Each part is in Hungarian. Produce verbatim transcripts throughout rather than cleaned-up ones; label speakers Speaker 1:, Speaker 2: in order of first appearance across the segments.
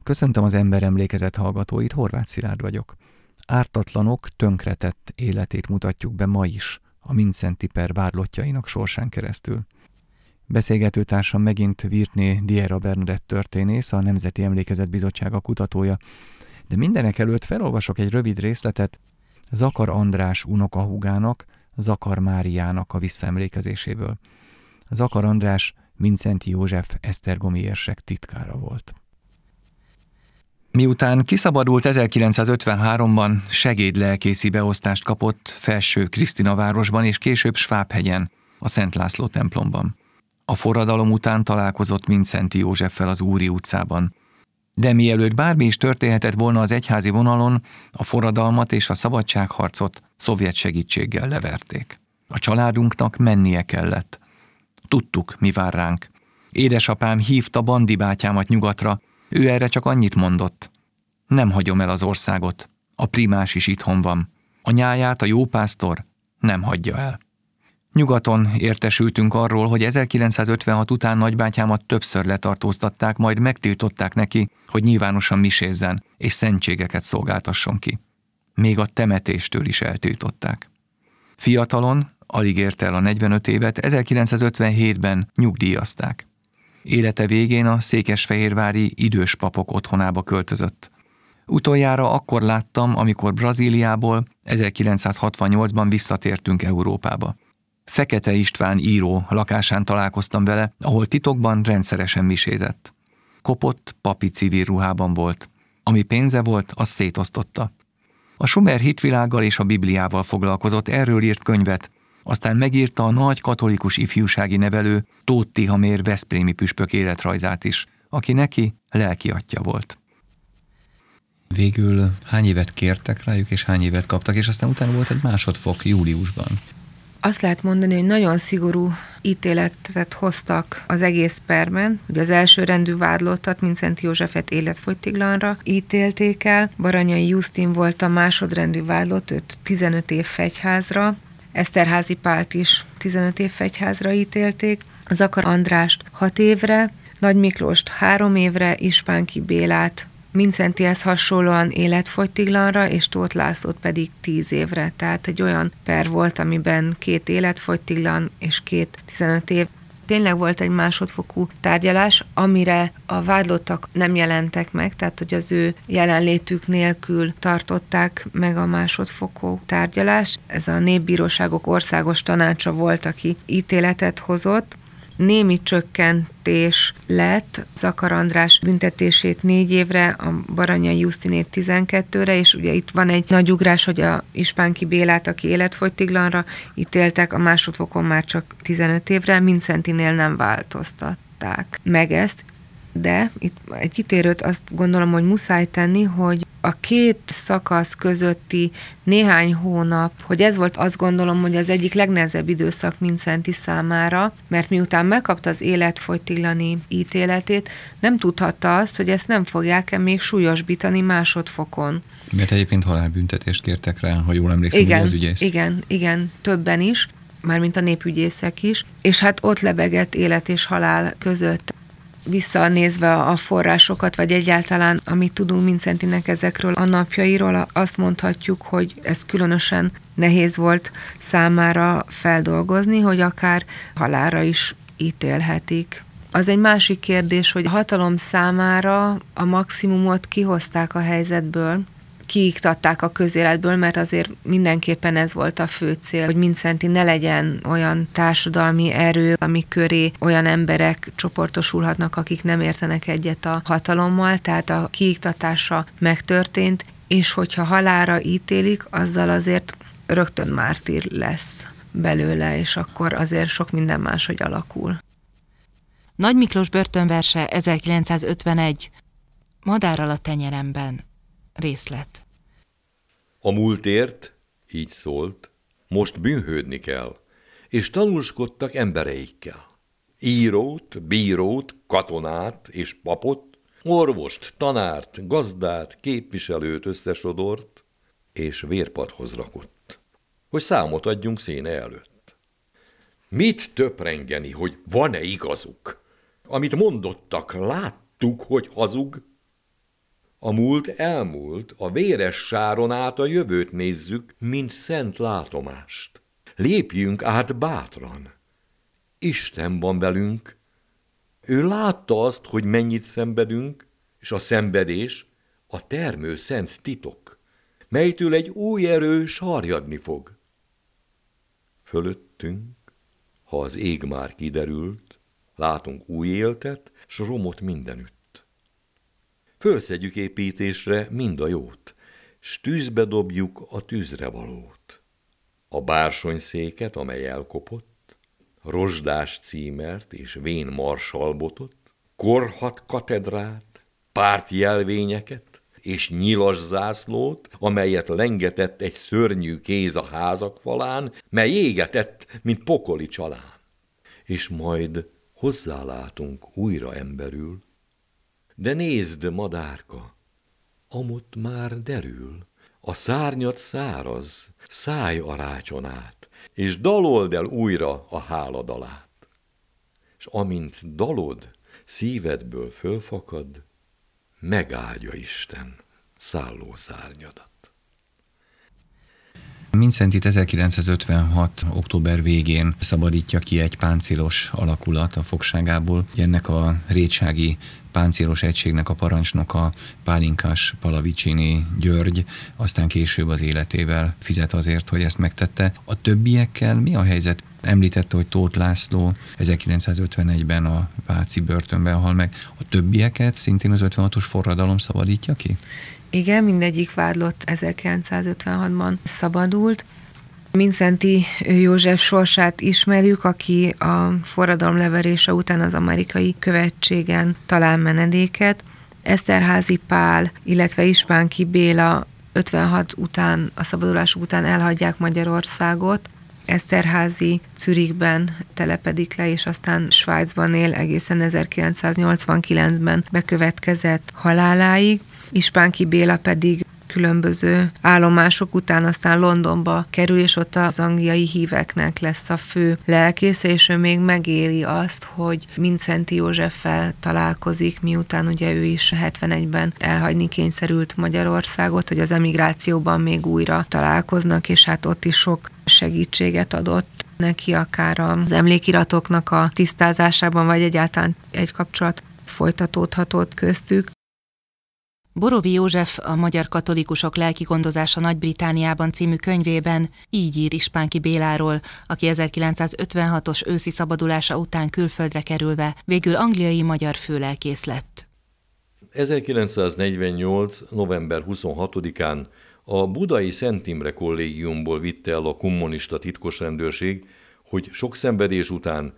Speaker 1: Köszöntöm az Emberemlékezet hallgatóit, Horváth Szilárd vagyok. Ártatlanok tönkretett életét mutatjuk be ma is, a Mindszenty per vádlottjainak sorsán keresztül. Beszélgetőtársam megint Virtné Diera Bernadett történész, a Nemzeti Emlékezet Bizottsága kutatója, de mindenek előtt felolvasok egy rövid részletet Zakar András unokahúgának, Zakar Máriának a visszaemlékezéséből. Zakar András Mindszenty József esztergomi érsek titkára volt. Miután kiszabadult ezerkilencszázötvenháromban, segédlelkészi beosztást kapott Felső Krisztinavárosban és később Svábhegyen, a Szent László templomban. A forradalom után találkozott Mindszenty Józseffel az Úri utcában. De mielőtt bármi is történhetett volna az egyházi vonalon, a forradalmat és a szabadságharcot szovjet segítséggel leverték. A családunknak mennie kellett. Tudtuk, mi vár ránk. Édesapám hívta Bandi bátyámat nyugatra, ő erre csak annyit mondott. Nem hagyom el az országot, a primás is itthon van. A nyáját a jópásztor nem hagyja el. Nyugaton értesültünk arról, hogy ezerkilencszázötvenhat után nagybátyámat többször letartóztatták, majd megtiltották neki, hogy nyilvánosan misézzen és szentségeket szolgáltasson ki. Még a temetéstől is eltiltották. Fiatalon, alig érte el a negyvenöt évet, ezerkilencszázötvenhétben nyugdíjazták. Élete végén a székesfehérvári idős papok otthonába költözött. Utoljára akkor láttam, amikor Brazíliából ezerkilencszázhatvannyolcban visszatértünk Európába. Fekete István író lakásán találkoztam vele, ahol titokban rendszeresen misézett. Kopott, papi civil ruhában volt. Ami pénze volt, azt szétosztotta. A sumer hitvilággal és a Bibliával foglalkozott, erről írt könyvet, aztán megírta a nagy katolikus ifjúsági nevelő Tóth Tihamér veszprémi püspök életrajzát is, aki neki lelkiattya volt.
Speaker 2: Végül hány évet kértek rájuk, és hány évet kaptak, és aztán utána volt egy másodfok júliusban.
Speaker 3: Azt lehet mondani, hogy nagyon szigorú ítéletet hoztak az egész perben. Ugye az elsőrendű vádlottat, Mindszenty Józsefet életfogytiglanra ítélték el. Baranyai Justin volt a másodrendű vádlott, őt tizenöt év fegyházra. Eszterházy Pált is tizenöt év fegyházra ítélték. Zakar Andrást hat évre, Nagy Miklóst három évre, Ispánki Bélát Mindszentyhez hasonlóan életfogytiglanra, és Tóth Lászlót pedig tíz évre. Tehát egy olyan per volt, amiben két életfogytiglan és két tizenöt év. Tényleg volt egy másodfokú tárgyalás, amire a vádlottak nem jelentek meg, tehát hogy az ő jelenlétük nélkül tartották meg a másodfokú tárgyalást. Ez a Népbíróságok Országos Tanácsa volt, aki ítéletet hozott. Némi csökkentés lett, Zakar András büntetését négy évre, a Baranyai Justinét tizenkettőre, és ugye itt van egy nagy ugrás, hogy a Ispánki Bélát, aki életfogytiglanra ítéltek, a másodfokon már csak tizenöt évre, Mindszentynél nem változtatták meg ezt. De itt egy kitérőt azt gondolom, hogy muszáj tenni, hogy a két szakasz közötti néhány hónap, hogy ez volt, azt gondolom, hogy az egyik legnehezebb időszak Mindszenty számára, mert miután megkapta az életfogytiglani ítéletét, nem tudhatta azt, hogy ezt nem fogják-e még súlyosbítani másodfokon.
Speaker 2: Mert egyébként halálbüntetést kértek rá, ha jól emlékszem,
Speaker 3: igen,
Speaker 2: az ügyész.
Speaker 3: Igen, igen, többen is, mármint a népügyészek is, és hát ott lebegett élet és halál között. Visszanézve a forrásokat, vagy egyáltalán, amit tudunk Mindszentynek ezekről a napjairól, azt mondhatjuk, hogy ez különösen nehéz volt számára feldolgozni, hogy akár halálra is ítélhetik. Az egy másik kérdés, hogy a hatalom számára a maximumot kihozták a helyzetből, kiiktatták a közéletből, mert azért mindenképpen ez volt a fő cél, hogy Mindszenty ne legyen olyan társadalmi erő, ami köré olyan emberek csoportosulhatnak, akik nem értenek egyet a hatalommal, tehát a kiiktatása megtörtént, és hogyha halálra ítélik, azzal azért rögtön mártír lesz belőle, és akkor azért sok minden máshogy alakul.
Speaker 4: Nagy Miklós börtönverse ezerkilencszázötvenegy. Madárral a tenyeremben. Részlet.
Speaker 5: A múltért, így szólt, most bűnhődni kell, és tanúskodtak embereikkel. Írót, bírót, katonát és papot, orvost, tanárt, gazdát, képviselőt összesodort, és vérpadhoz rakott, hogy számot adjunk színe előtt. Mit töprengeni, hogy van-e igazuk? Amit mondottak, láttuk, hogy hazug. A múlt elmúlt, a véres sáron át a jövőt nézzük, mint szent látomást. Lépjünk át bátran. Isten van velünk. Ő látta azt, hogy mennyit szenvedünk, és a szenvedés a termő szent titok, melytől egy új erő sarjadni fog. Fölöttünk, ha az ég már kiderült, látunk új éltet, s romot mindenütt. Fölszedjük építésre mind a jót, s tűzbe dobjuk a tűzre valót. A bársonyszéket, amely elkopott, rozsdás címert és vén marsalbotot, korhat katedrát, pártjelvényeket és nyilas zászlót, amelyet lengetett egy szörnyű kéz a házak falán, mely égetett, mint pokoli csalán. És majd hozzálátunk újra emberül, de nézd, madárka, amott már derül, a szárnyat száraz, száj a rácson át, és dalold el újra a háladalát. És amint dalod, szívedből fölfakad, megáldja Isten szálló szárnyadat.
Speaker 2: Mindszentit ezerkilencszázötvenhat. október végén szabadítja ki egy páncélos alakulat a fogságából. Ennek a rétsági páncélos egységnek a parancsnoka Pálinkás Palavicini György, aztán később az életével fizet azért, hogy ezt megtette. A többiekkel mi a helyzet? Említette, hogy Tóth László ezerkilencszázötvenegyben a váci börtönben hal meg. A többieket szintén az ötvenhatos forradalom szabadítja ki?
Speaker 3: Igen, mindegyik vádlott ezerkilencszázötvenhatban szabadult. Mindszenty József sorsát ismerjük, aki a forradalom leverése után az amerikai követségen talál menedéket. Eszterházy Pál, illetve Ispánki Béla ötvenhat után, a szabadulásuk után elhagyják Magyarországot. Eszterházy Zürichben telepedik le, és aztán Svájcban él egészen ezerkilencszáznyolcvankilencben bekövetkezett haláláig. Ispánki Béla pedig különböző állomások után aztán Londonba kerül, és ott az angliai híveknek lesz a fő lelkésze, és ő még megéri azt, hogy Mindszenty Józseffel találkozik, miután ugye ő is hetvenegyben elhagyni kényszerült Magyarországot, hogy az emigrációban még újra találkoznak, és hát ott is sok segítséget adott neki, akár az emlékiratoknak a tisztázásában, vagy egyáltalán egy kapcsolat folytatódhatott köztük.
Speaker 4: Borovi József a Magyar Katolikusok lelkigondozása Nagy-Britániában című könyvében így ír Ispánki Béláról, aki ezerkilencszázötvenhatos őszi szabadulása után külföldre kerülve végül angliai magyar főlelkész lett.
Speaker 5: ezerkilencszáznegyvennyolc. november huszonhatodikán a budai Szent Imre kollégiumból vitte el a kommunista titkosrendőrség, hogy sok szenvedés után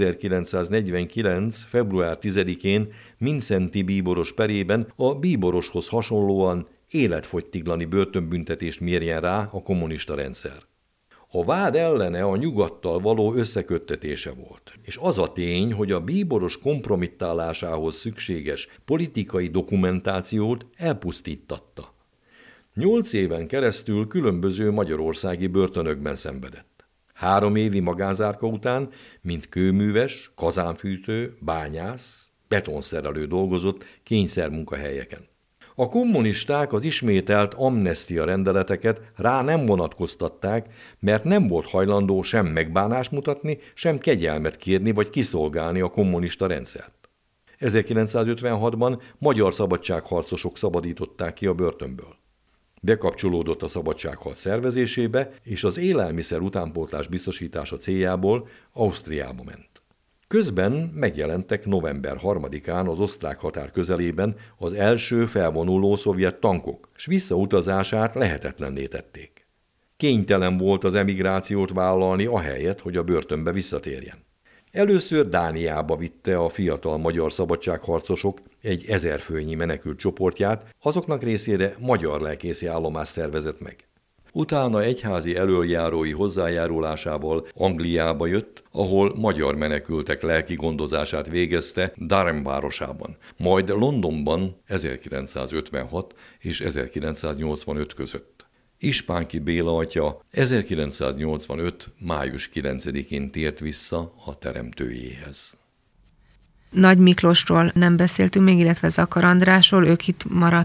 Speaker 5: ezerkilencszáznegyvenkilenc. február tizedikén Mindszenty bíboros perében a bíboroshoz hasonlóan életfogytiglani börtönbüntetést mérjen rá a kommunista rendszer. A vád ellene a nyugattal való összeköttetése volt, és az a tény, hogy a bíboros kompromittálásához szükséges politikai dokumentációt elpusztítatta. Nyolc éven keresztül különböző magyarországi börtönökben szenvedett. Három évi magánzárka után, mint kőműves, kazánfűtő, bányász, betonszerelő dolgozott kényszermunkahelyeken. A kommunisták az ismételt amnestia rendeleteket rá nem vonatkoztatták, mert nem volt hajlandó sem megbánást mutatni, sem kegyelmet kérni vagy kiszolgálni a kommunista rendszert. ezerkilencszázötvenhatban magyar szabadságharcosok szabadították ki a börtönből. Bekapcsolódott a szabadságharc szervezésébe, és az élelmiszer utánpótlás biztosítása céljából Ausztriába ment. Közben megjelentek november harmadikán az osztrák határ közelében az első felvonuló szovjet tankok, s visszautazását lehetetlenné tették. Kénytelen volt az emigrációt vállalni ahelyett, hogy a börtönbe visszatérjen. Először Dániába vitte a fiatal magyar szabadságharcosok egy ezerfőnyi menekült csoportját, azoknak részére magyar lelkészi állomást szervezett meg. Utána egyházi elöljárói hozzájárulásával Angliába jött, ahol magyar menekültek lelki gondozását végezte Durham városában, majd Londonban ezerkilencszázötvenhat és ezerkilencszáznyolcvanöt között. Ispánki Béla atya ezerkilencszáznyolcvanöt. május kilencedikén tért vissza a teremtőjéhez.
Speaker 3: Nagy Miklósról nem beszéltünk még, illetve Zakar Andrásról, ők itt maradtak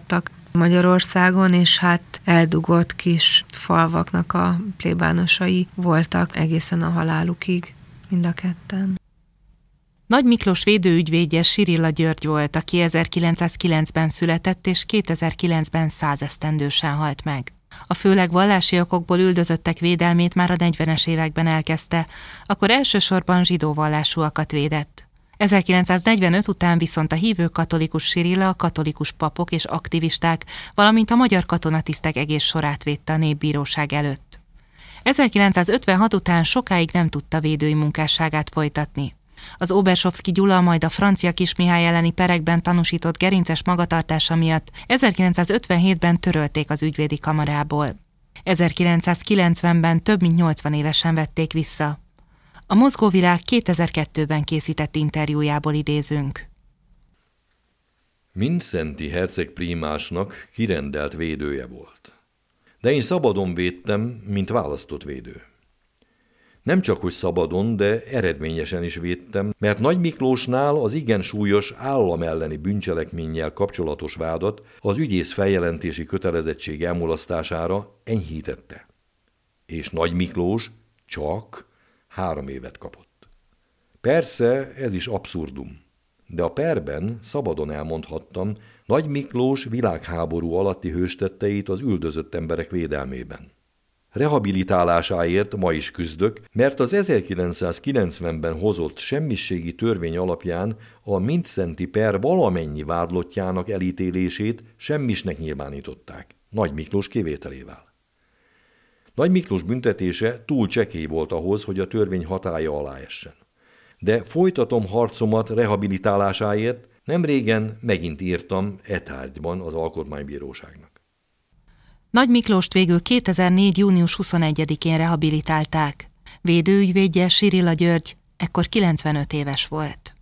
Speaker 3: Magyarországon, és hát eldugott kis falvaknak a plébánosai voltak egészen a halálukig, mind a ketten.
Speaker 4: Nagy Miklós védőügyvédje Sirilla György volt, aki ezerkilencszázkilencben született, és kétezer-kilencben száz esztendősen halt meg. A főleg vallási okokból üldözöttek védelmét már a negyvenes években elkezdte, akkor elsősorban zsidó vallásúakat védett. ezerkilencszáznegyvenöt után viszont a hívő katolikus Sirilla a katolikus papok és aktivisták, valamint a magyar katonatisztek egész sorát védte a népbíróság előtt. ezerkilencszázötvenhat után sokáig nem tudta védői munkásságát folytatni. Az Obersovszky Gyula, majd a francia Kismihály elleni perekben tanúsított gerinces magatartása miatt ezerkilencszázötvenhétben törölték az ügyvédi kamarából. ezerkilencszázkilencvenben több mint nyolcvan évesen vették vissza. A Mozgóvilág kétezer-kettőben készített interjújából idézünk.
Speaker 5: Mindszenty herceg prímásnak kirendelt védője volt. De én szabadon védtem, mint választott védő. Nem csak hogy szabadon, de eredményesen is védtem, mert Nagy Miklósnál az igen súlyos állam elleni bűncselekménnyel kapcsolatos vádat az ügyész feljelentési kötelezettség elmulasztására enyhítette. És Nagy Miklós csak három évet kapott. Persze ez is abszurdum, de a perben szabadon elmondhattam Nagy Miklós világháború alatti hőstetteit az üldözött emberek védelmében. Rehabilitálásáért ma is küzdök, mert az ezerkilencszázkilencvenben hozott semmiségi törvény alapján a Mindszenty per valamennyi vádlottjának elítélését semmisnek nyilvánították, Nagy Miklós kivételével. Nagy Miklós büntetése túl csekély volt ahhoz, hogy a törvény hatálya alá essen. De folytatom harcomat rehabilitálásáért, nemrégen megint írtam e tárgyban az Alkotmánybíróságnak.
Speaker 4: Nagy Miklóst végül kétezer-négy. június huszonegyedikén rehabilitálták. Védőügyvédje Sirilla György ekkor kilencvenöt éves volt.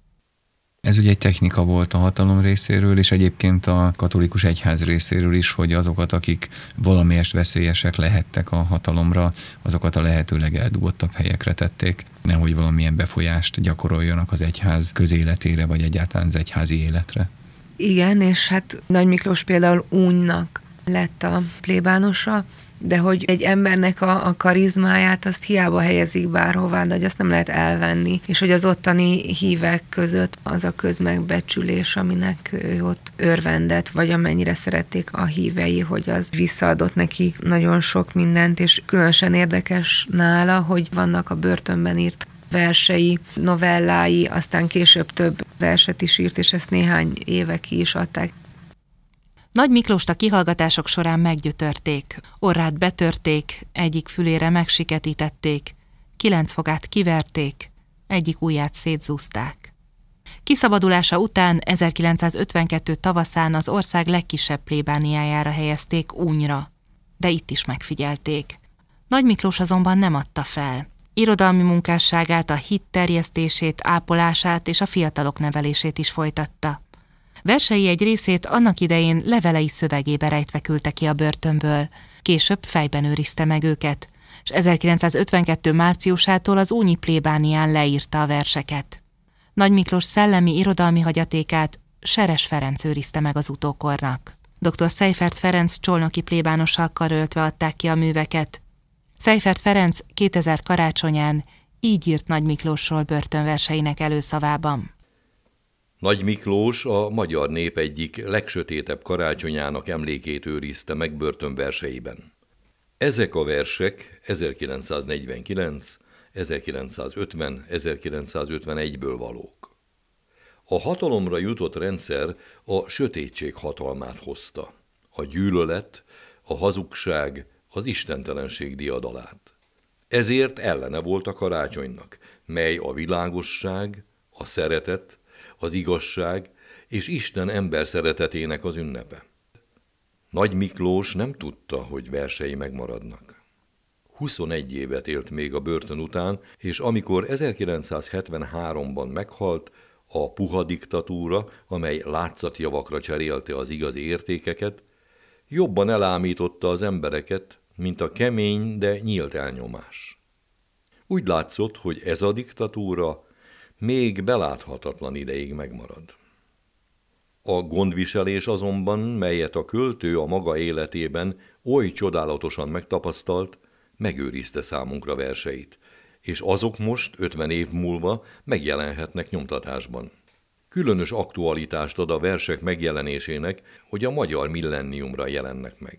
Speaker 2: Ez ugye egy technika volt a hatalom részéről, és egyébként a katolikus egyház részéről is, hogy azokat, akik valamelyest veszélyesek lehettek a hatalomra, azokat a lehető legeldugottabb helyekre tették, nehogy valamilyen befolyást gyakoroljanak az egyház közéletére, vagy egyáltalán az egyházi életre.
Speaker 3: Igen, és hát Nagy Miklós például únynak lett a plébánosa, de hogy egy embernek a, a karizmáját azt hiába helyezik bárhová, de hogy azt nem lehet elvenni, és hogy az ottani hívek között az a közmegbecsülés, aminek ő ott örvendett, vagy amennyire szerették a hívei, hogy az visszaadott neki nagyon sok mindent, és különösen érdekes nála, hogy vannak a börtönben írt versei, novellái, aztán később több verset is írt, és ezt néhány éve ki is adták.
Speaker 4: Nagy Miklóst a kihallgatások során meggyötörték, orrát betörték, egyik fülére megsiketítették, kilenc fogát kiverték, egyik ujját szétzúzták. Kiszabadulása után ezerkilencszázötvenkettő tavaszán az ország legkisebb plébániájára helyezték, Únyra, de itt is megfigyelték. Nagy Miklós azonban nem adta fel. Irodalmi munkásságát, a hit terjesztését, ápolását és a fiatalok nevelését is folytatta. Versei egy részét annak idején levelei szövegébe rejtve küldte ki a börtönből, később fejben őrizte meg őket, és ezerkilencszázötvenkettő márciusától az únyi plébánián leírta a verseket. Nagy Miklós szellemi irodalmi hagyatékát Seres Ferenc őrizte meg az utókornak. dr. Seifert Ferenc csolnoki plébánossal karöltve adták ki a műveket. Seifert Ferenc kétezer karácsonyán így írt Nagy Miklósról börtönverseinek előszavában.
Speaker 5: Nagy Miklós a magyar nép egyik legsötétebb karácsonyának emlékét őrizte meg börtönverseiben. Ezek a versek ezerkilencszáznegyvenkilenc, ezerkilencszázötven, ezerkilencszázötvenegyből valók. A hatalomra jutott rendszer a sötétség hatalmát hozta, a gyűlölet, a hazugság, az istentelenség diadalát. Ezért ellene volt a karácsonynak, mely a világosság, a szeretet, az igazság és Isten ember szeretetének az ünnepe. Nagy Miklós nem tudta, hogy versei megmaradnak. huszonegy évet élt még a börtön után, és amikor ezerkilencszázhetvenháromban meghalt, a puha diktatúra, amely látszatjavakra cserélte az igazi értékeket, jobban elámította az embereket, mint a kemény, de nyílt elnyomás. Úgy látszott, hogy ez a diktatúra még beláthatatlan ideig megmarad. A gondviselés azonban, melyet a költő a maga életében oly csodálatosan megtapasztalt, megőrizte számunkra verseit, és azok most, ötven év múlva megjelenhetnek nyomtatásban. Különös aktualitást ad a versek megjelenésének, hogy a magyar millenniumra jelennek meg.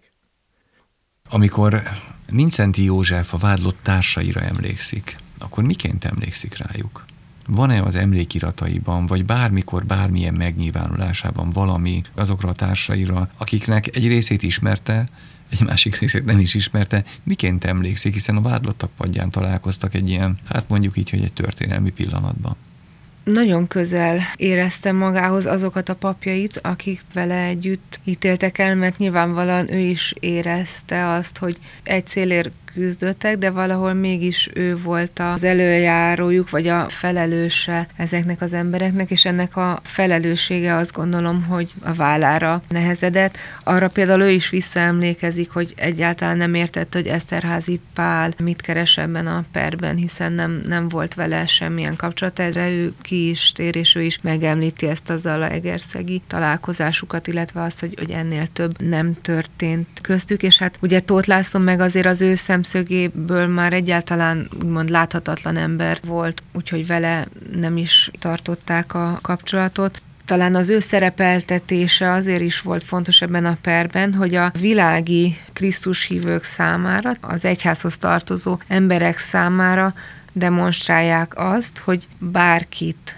Speaker 2: Amikor Mindszenty József a vádlott társaira emlékszik, akkor miként emlékszik rájuk? Van-e az emlékirataiban, vagy bármikor, bármilyen megnyilvánulásában valami azokra a társaira, akiknek egy részét ismerte, egy másik részét nem is ismerte, miként emlékszik, hiszen a vádlottak padján találkoztak egy ilyen, hát mondjuk így, hogy egy történelmi pillanatban.
Speaker 3: Nagyon közel éreztem magához azokat a papjait, akik vele együtt ítéltek el, mert nyilvánvalóan ő is érezte azt, hogy egy célért küzdöttek, de valahol mégis ő volt az előjárójuk, vagy a felelőse ezeknek az embereknek, és ennek a felelőssége azt gondolom, hogy a vállára nehezedett. Arra például ő is visszaemlékezik, hogy egyáltalán nem értett, hogy Eszterházy Pál mit keres ebben a perben, hiszen nem, nem volt vele semmilyen kapcsolat. Erre ő ki is tér, és ő is megemlíti ezt a zalaegerszegi találkozásukat, illetve azt, hogy, hogy ennél több nem történt köztük, és hát ugye Tóth László meg azért az ő szemszögéből már egyáltalán úgymond láthatatlan ember volt, úgyhogy vele nem is tartották a kapcsolatot. Talán az ő szerepeltetése azért is volt fontos ebben a perben, hogy a világi Krisztus hívők számára, az egyházhoz tartozó emberek számára demonstrálják azt, hogy bárkit,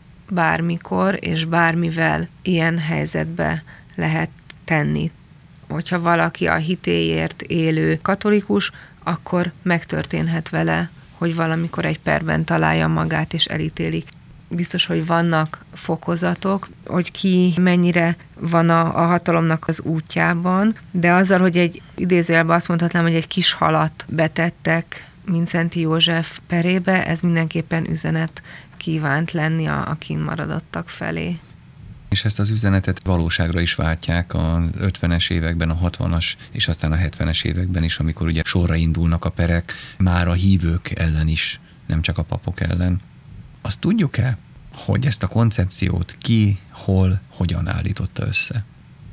Speaker 3: bármikor és bármivel ilyen helyzetbe lehet tenni. Hogyha valaki a hitéért élő katolikus, akkor megtörténhet vele, hogy valamikor egy perben találja magát és elítélik. Biztos, hogy vannak fokozatok, hogy ki mennyire van a, a hatalomnak az útjában, de azzal, hogy egy idézőjelben azt mondhatnám, hogy egy kis halat betettek Mindszenty József perébe, ez mindenképpen üzenet kívánt lenni a, a kínmaradottak felé.
Speaker 2: És ezt az üzenetet valóságra is váltják az ötvenes években, a hatvanas és aztán a hetvenes években is, amikor ugye sorra indulnak a perek, már a hívők ellen is, nem csak a papok ellen. Azt tudjuk-e, hogy ezt a koncepciót ki, hol, hogyan állította össze?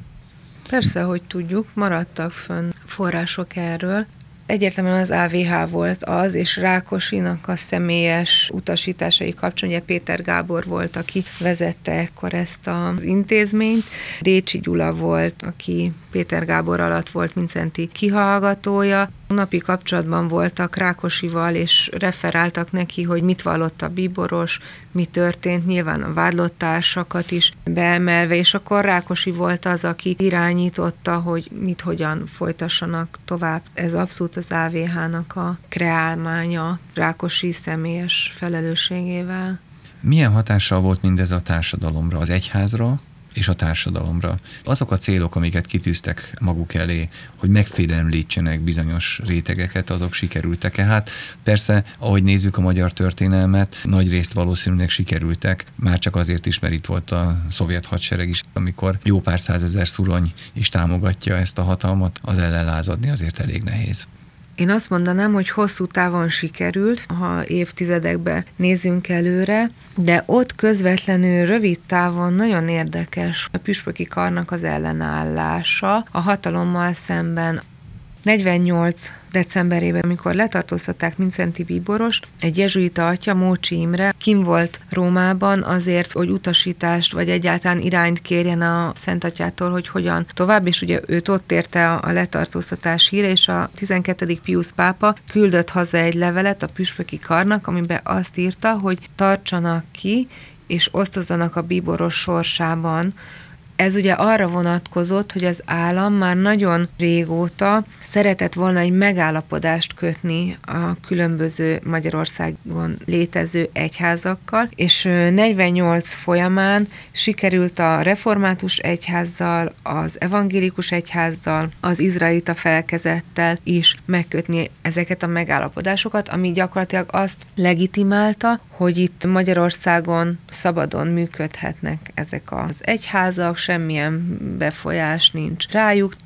Speaker 3: Persze, hogy tudjuk, maradtak fönn források erről. Egyértelműen az á vé há volt az, és Rákosinak a személyes utasításai kapcsán, ugye Péter Gábor volt, aki vezette ekkor ezt az intézményt. Décsi Gyula volt, aki Péter Gábor alatt volt Mindszenty kihallgatója. Napi kapcsolatban voltak Rákosival, és referáltak neki, hogy mit vallott a bíboros, mi történt, nyilván a vádlott társakat is beemelve, és akkor Rákosi volt az, aki irányította, hogy mit hogyan folytassanak tovább. Ez abszolút az á vé há-nak a kreálmánya Rákosi személyes felelősségével.
Speaker 2: Milyen hatással volt mindez a társadalomra, az egyházra és a társadalomra? Azok a célok, amiket kitűztek maguk elé, hogy megfélemlítsenek bizonyos rétegeket, azok sikerültek-e? Hát persze, ahogy nézzük a magyar történelmet, nagyrészt valószínűleg sikerültek, már csak azért is, mert itt volt a szovjet hadsereg is, amikor jó pár százezer szurony is támogatja ezt a hatalmat, az ellen lázadni azért elég nehéz.
Speaker 3: Én azt mondanám, hogy hosszú távon sikerült, ha évtizedekbe nézzünk előre, de ott közvetlenül rövid távon nagyon érdekes a püspöki karnak az ellenállása a hatalommal szemben. negyvennyolc decemberében, amikor letartóztatták Mindszenty bíborost, egy jezsuita atya, Mócsi Imre kim volt Rómában azért, hogy utasítást vagy egyáltalán irányt kérjen a Szent Atyától, hogy hogyan tovább, és ugye őt ott érte a letartóztatás híre, és a tizenkettedik Piusz pápa küldött haza egy levelet a püspöki karnak, amiben azt írta, hogy tartsanak ki, és osztozzanak a bíboros sorsában. Ez ugye arra vonatkozott, hogy az állam már nagyon régóta szeretett volna egy megállapodást kötni a különböző Magyarországon létező egyházakkal, és negyvennyolc folyamán sikerült a református egyházzal, az evangélikus egyházzal, az izraelita felkezettel is megkötni ezeket a megállapodásokat, ami gyakorlatilag azt legitimálta, hogy itt Magyarországon szabadon működhetnek ezek az egyházak, semmilyen befolyás nincs rájuk.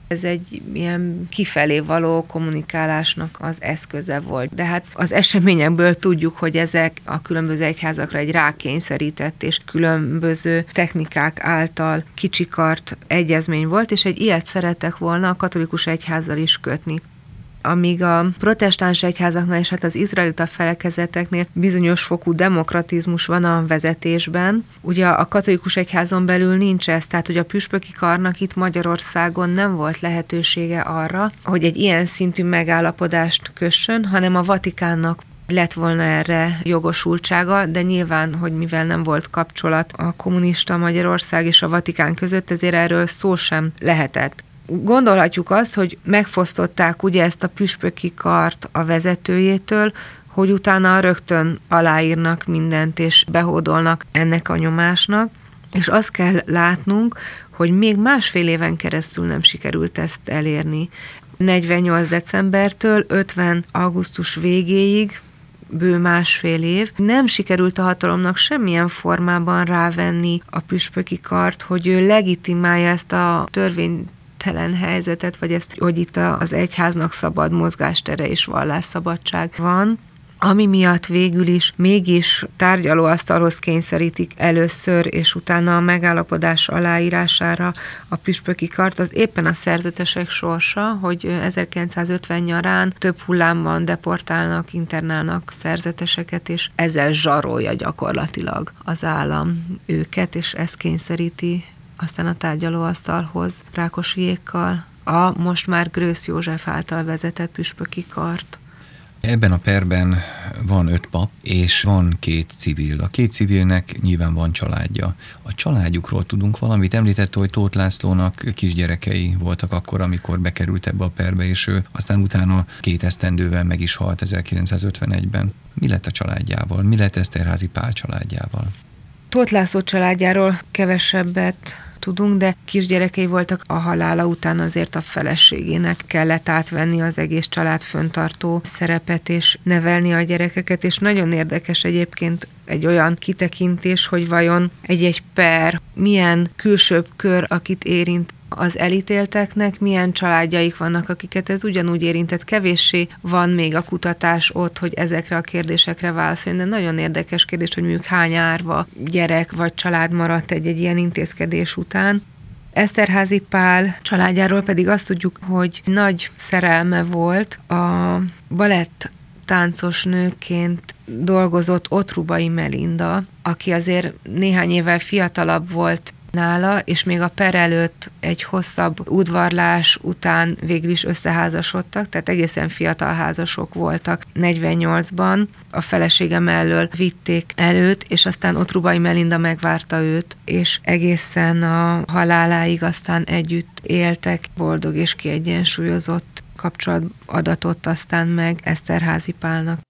Speaker 3: Ez egy ilyen kifelé való kommunikálásnak az eszköze volt. De hát az eseményekből tudjuk, hogy ezek a különböző egyházakra egy rákényszerített és különböző technikák által kicsikart egyezmény volt, és egy ilyet szerettek volna a katolikus egyházzal is kötni. Amíg a protestáns egyházaknál és hát az izraelita felekezeteknél bizonyos fokú demokratizmus van a vezetésben, ugye a katolikus egyházon belül nincs ez, tehát hogy a püspöki karnak itt Magyarországon nem volt lehetősége arra, hogy egy ilyen szintű megállapodást kössön, hanem a Vatikánnak lett volna erre jogosultsága, de nyilván, hogy mivel nem volt kapcsolat a kommunista Magyarország és a Vatikán között, ezért erről szó sem lehetett. Gondolhatjuk azt, hogy megfosztották ugye ezt a püspöki kart a vezetőjétől, hogy utána rögtön aláírnak mindent, és behódolnak ennek a nyomásnak, és azt kell látnunk, hogy még másfél éven keresztül nem sikerült ezt elérni. negyvennyolc decembertől ötven augusztus végéig, bő másfél év, nem sikerült a hatalomnak semmilyen formában rávenni a püspöki kart, hogy ő legitimálja ezt a törvényt, telen helyzetet, vagy ezt, hogy itt az egyháznak szabad mozgástere és vallásszabadság van, ami miatt végül is mégis tárgyalóasztalhoz kényszerítik először, és utána a megállapodás aláírására a püspöki kart, az éppen a szerzetesek sorsa, hogy ezerkilencszázötven nyarán több hullámban deportálnak, internálnak szerzeteseket, és ezzel zsarolja gyakorlatilag az állam őket, és ez kényszeríti aztán a tárgyalóasztalhoz Rákosiékkal a most már Grösz József által vezetett püspöki kart.
Speaker 2: Ebben a perben van öt pap, és van két civil. A két civilnek nyilván van családja. A családjukról tudunk valamit. Említette, hogy Tóth Lászlónak kisgyerekei voltak akkor, amikor bekerült ebbe a perbe, és ő aztán utána két esztendővel meg is halt ezerkilencszázötvenegyben. Mi lett a családjával? Mi lett Eszterházy Pál családjával?
Speaker 3: Tóth László családjáról kevesebbet tudunk, de kisgyerekei voltak, a halála után azért a feleségének kellett átvenni az egész család föntartó szerepet, és nevelni a gyerekeket, és nagyon érdekes egyébként egy olyan kitekintés, hogy vajon egy-egy per milyen külsőbb kör, akit érint az elítélteknek, milyen családjaik vannak, akiket ez ugyanúgy érintett. Kevéssé van még a kutatás ott, hogy ezekre a kérdésekre válaszoljon, de nagyon érdekes kérdés, hogy mondjuk hány árva gyerek vagy család maradt egy-egy ilyen intézkedés után. Eszterházy Pál családjáról pedig azt tudjuk, hogy nagy szerelme volt a balett táncos nőként dolgozott Ottrubai Melinda, aki azért néhány évvel fiatalabb volt nála, és még a per előtt egy hosszabb udvarlás után végül is összeházasodtak, tehát egészen fiatal házasok voltak. negyvennyolcban a felesége mellől vitték előtt, és aztán Ottrubai Melinda megvárta őt, és egészen a haláláig aztán együtt éltek, boldog és kiegyensúlyozott kapcsolatadatot aztán meg Eszterházy Pálnak.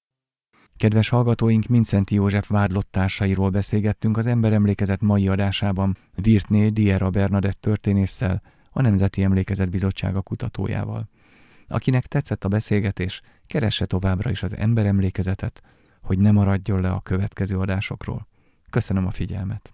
Speaker 1: Kedves hallgatóink, Mindszenty József vádlott társairól beszélgettünk az Emberemlékezet mai adásában Virtné Diera Bernadett történésszel, a Nemzeti Emlékezet Bizottsága kutatójával. Akinek tetszett a beszélgetés, keresse továbbra is az Emberemlékezetet, hogy ne maradjon le a következő adásokról. Köszönöm a figyelmet!